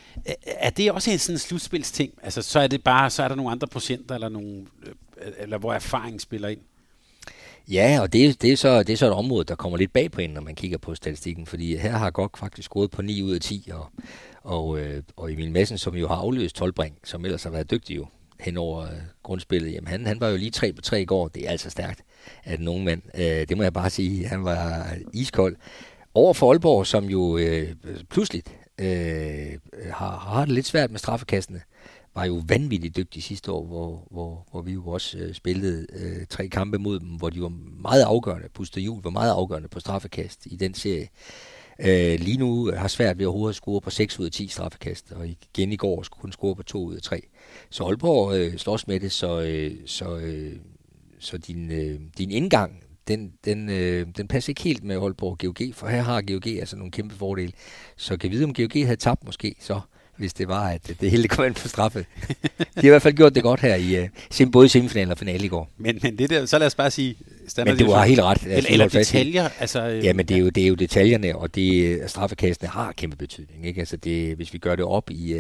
er det også en sådan slutspilsting? Altså, så er det bare, så er der nogle andre procenter, eller, nogle, eller hvor erfaring spiller ind? Ja, og det, det, er så, det er så et område, der kommer lidt bag på en, når man kigger på statistikken, fordi her har Gok faktisk scoret på ni ud af ti, og, og, og Emil Madsen, som jo har afløst Tolbring, som ellers har været dygtig jo, hen over øh, grundspillet. Jamen, han, han var jo lige tre på tre i går. Det er altså stærkt, at nogen mand, øh, det må jeg bare sige, han var iskold. Over for Aalborg, som jo øh, pludselig øh, har, har det lidt svært med straffekastene, var jo vanvittigt dygtig sidste år, hvor, hvor, hvor vi jo også øh, spillede øh, tre kampe mod dem, hvor de var meget afgørende. Buster Juhl var meget afgørende på straffekast i den serie. Øh, lige nu har svært ved overhovedet at score på seks ud af ti straffekast, og igen i går skulle kun score på to ud af tre. Så Aalborg øh, slås med det, så, øh, så, øh, så din, øh, din indgang, den, den, øh, den passer ikke helt med Aalborg G O G, for her har G O G altså nogle kæmpe fordele. Så kan vi vide, om G O G havde tabt måske, så hvis det var, at det hele kom ind på straffe. De har i hvert fald gjort det godt her i uh, både semifinalen og finale i går. Men, men det der, så lad os bare sige, standard. Men du har helt ret. Eller, eller detaljer. Altså, ja, men det er, jo, det er jo detaljerne, og det straffekastene har kæmpe betydning. Ikke? Altså det, hvis vi gør det op i,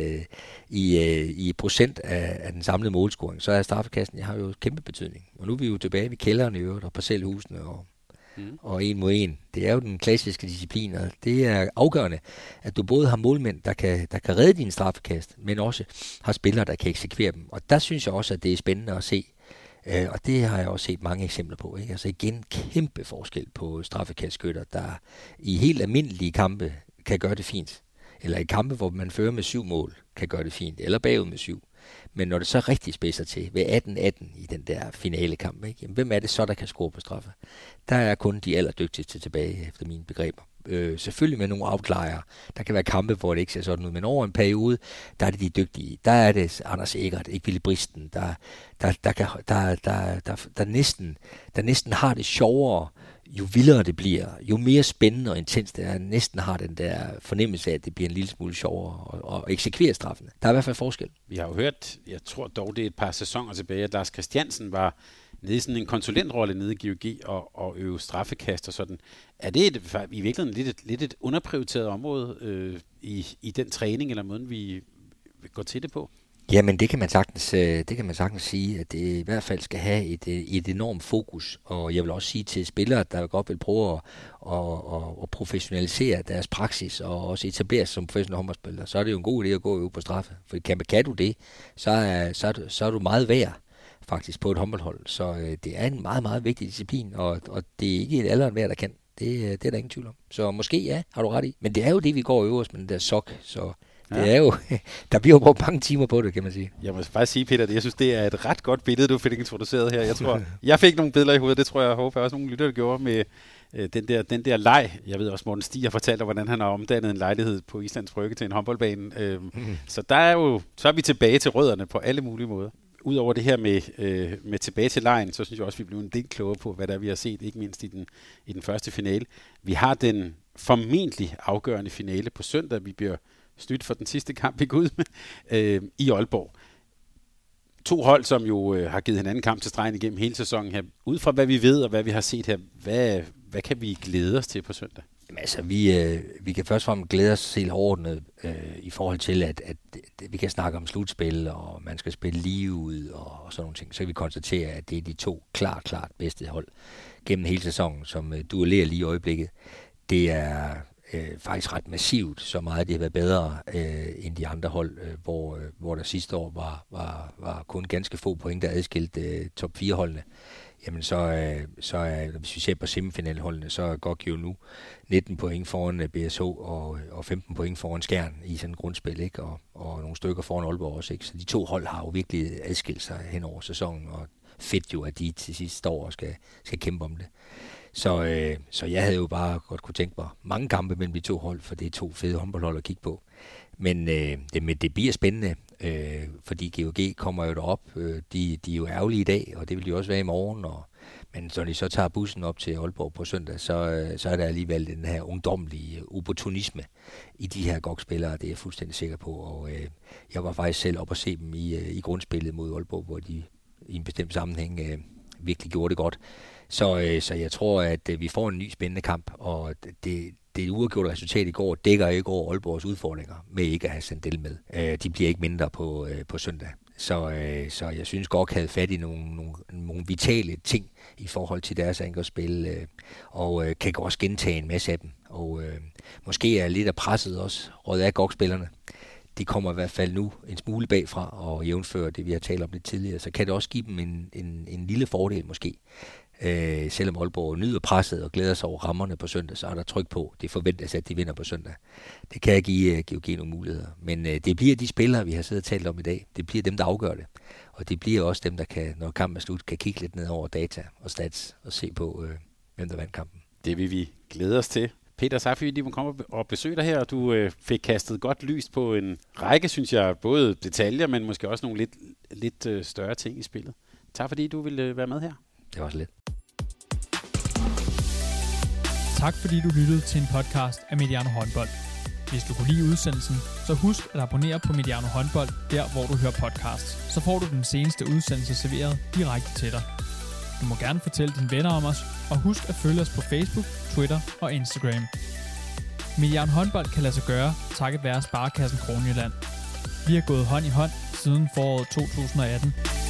i, i procent af, af den samlede målscoring, så er straffekasten, jeg har jo kæmpe betydning. Og nu er vi jo tilbage ved kælderne i øvrigt, og parcelhusene og, mm. og en mod en. Det er jo den klassiske disciplin, og det er afgørende, at du både har målmænd, der kan, der kan redde dine straffekast, men også har spillere, der kan eksekvere dem. Og der synes jeg også, at det er spændende at se. Uh, og det har jeg også set mange eksempler på. Ikke? Altså igen, kæmpe forskel på straffekastskytter, der i helt almindelige kampe kan gøre det fint. Eller i kampe, hvor man fører med syv mål, kan gøre det fint. Eller bagud med syv. Men når det så rigtig spidser til ved atten atten i den der finale kamp, ikke? Jamen, hvem er det så, der kan score på straffe? Der er kun de allerdygtigste tilbage, efter mine begreber. Øh, selvfølgelig med nogle outlier. Der kan være kampe, hvor det ikke ser sådan ud, men over en periode, der er det de dygtige. Der er det Anders Egert, Ekvilibristen, der, der, der, der, der, der, der, der, næsten, der næsten har det sjovere, jo vildere det bliver, jo mere spændende og intens det er, næsten har den der fornemmelse af, at det bliver en lille smule sjovere og, og eksekvere straffen. Der er i hvert fald forskel. Vi har jo hørt, jeg tror dog det er et par sæsoner tilbage, at Lars Christiansen var nede i sådan en konsulentrolle nede i G O G og, og øve straffekast og sådan. Er det et, i virkeligheden lidt et, lidt et underprioriteret område øh, i, i den træning eller måden, vi går til det på? Jamen det kan man sagtens, det kan man sagtens sige, at det i hvert fald skal have et, et enormt fokus, og jeg vil også sige til spillere, der godt vil prøve at, at, at, at professionalisere deres praksis og også etablere sig som professionelle håndboldspillere, så er det jo en god idé at gå og øve på straffe, for kan, kan du det, så er, så, er du, så er du meget værd faktisk på et håndboldhold, så øh, det er en meget, meget vigtig disciplin, og, og det er ikke et alderen værd, der kan. Det, det er der ingen tvivl om. Så måske ja, har du ret i. Men det er jo det, vi går og øver os med den der sok, så det ja. er jo, der bliver jo brugt mange timer på det, kan man sige. Jeg må bare sige, Peter, jeg synes, det er et ret godt billede, du fik introduceret her. Jeg tror, jeg fik nogle billeder i hovedet, det tror jeg, jeg håber også nogle lytter, der gjorde med øh, den der, den der leg. Jeg ved også, Morten Stig har fortalt dig, hvordan han har omdannet en lejlighed på Islands Brygge til en håndboldbane. Øh, mm. Så der er jo, så er vi tilbage til rødderne på alle mulige måder. Udover det her med, øh, med tilbage til lejen, så synes jeg også, vi blev en del klogere på, hvad der vi har set, ikke mindst i den, i den første finale. Vi har den formentlig afgørende finale på søndag. Vi bliver snydt for den sidste kamp, vi går ud med, øh, i Aalborg. To hold, som jo øh, har givet hinanden kamp til stregen igennem hele sæsonen her. Ud fra hvad vi ved og hvad vi har set her, hvad, hvad kan vi glæde os til på søndag? Jamen, altså, vi, øh, vi kan først og fremmest glæde os helt overordnet øh, i forhold til, at, at, at vi kan snakke om slutspil, og man skal spille lige ud og, og sådan nogle ting. Så kan vi konstatere, at det er de to klart, klart bedste hold gennem hele sæsonen, som øh, duellerer lige i øjeblikket. Det er øh, faktisk ret massivt, så meget det har været bedre øh, end de andre hold, øh, hvor, øh, hvor der sidste år var, var, var kun ganske få point, der adskilte øh, top fire holdene. Jamen så, øh, så er, hvis vi ser på semifinalholdene, så er G O G jo nu nitten point foran B S H og, og femten point foran Skjern i sådan et grundspil, ikke? Og, og nogle stykker foran Aalborg også, ikke? Så de to hold har jo virkelig adskilt sig hen over sæsonen, og fedt jo, at de til sidst står og skal, skal kæmpe om det. Så, øh, så jeg havde jo bare godt kunne tænke mig mange kampe mellem de to hold, for det er to fede håndboldhold at kigge på. Men øh, det, men det bliver spændende, øh, fordi G O G kommer jo derop. Øh, de, de er jo ærgerlige i dag, og det vil de også være i morgen. Og, men når de så tager bussen op til Aalborg på søndag, så, øh, så er der alligevel den her ungdomlige opportunisme i de her G O G-spillere, det er jeg fuldstændig sikker på. Og øh, jeg var faktisk selv op og se dem i, øh, i grundspillet mod Aalborg, hvor de i en bestemt sammenhæng øh, virkelig gjorde det godt. Så, øh, så jeg tror, at øh, vi får en ny spændende kamp, og det, det uafgjorte resultat i går dækker ikke over Aalborgs udfordringer med ikke at have Sandel med. Øh, de bliver ikke mindre på, øh, på søndag. Så, øh, så jeg synes, G O G havde fat i nogle, nogle, nogle vitale ting i forhold til deres angrebsspil, øh, og øh, kan også gentage en masse af dem. Og øh, måske er lidt af presset også røget af G O G-spillerne. De kommer i hvert fald nu en smule bagfra og jævnfører det, vi har talt om lidt tidligere. Så kan det også give dem en, en, en lille fordel måske. Øh, selvom Aalborg nyder presset og glæder sig over rammerne på søndag, så er der tryk på. Det forventes, at de vinder på søndag. Det kan give G O G nogle muligheder. Men øh, det bliver de spillere, vi har siddet og talt om i dag. Det bliver dem, der afgør det. Og det bliver også dem, der kan, når kampen er slut, kan kigge lidt ned over data og stats og se på, øh, hvem der vandt kampen. Det vil vi glæde os til. Peter, tak fordi du kom og besøge dig her, og du øh, fik kastet godt lys på en række, synes jeg, både detaljer, men måske også nogle lidt, lidt øh, større ting i spillet. Tak fordi du ville øh, være med her. Det var så lidt. Tak fordi du lyttede til en podcast af Mediano Håndbold. Hvis du kunne lide udsendelsen, så husk at abonnere på Mediano Håndbold, der hvor du hører podcasts. Så får du den seneste udsendelse serveret direkte til dig. Du må gerne fortælle dine venner om os, og husk at følge os på Facebook, Twitter og Instagram. Mediano håndbold kan lade sig gøre, takket være Sparekassen Kronjylland. Vi har gået hånd i hånd siden foråret to tusind og atten.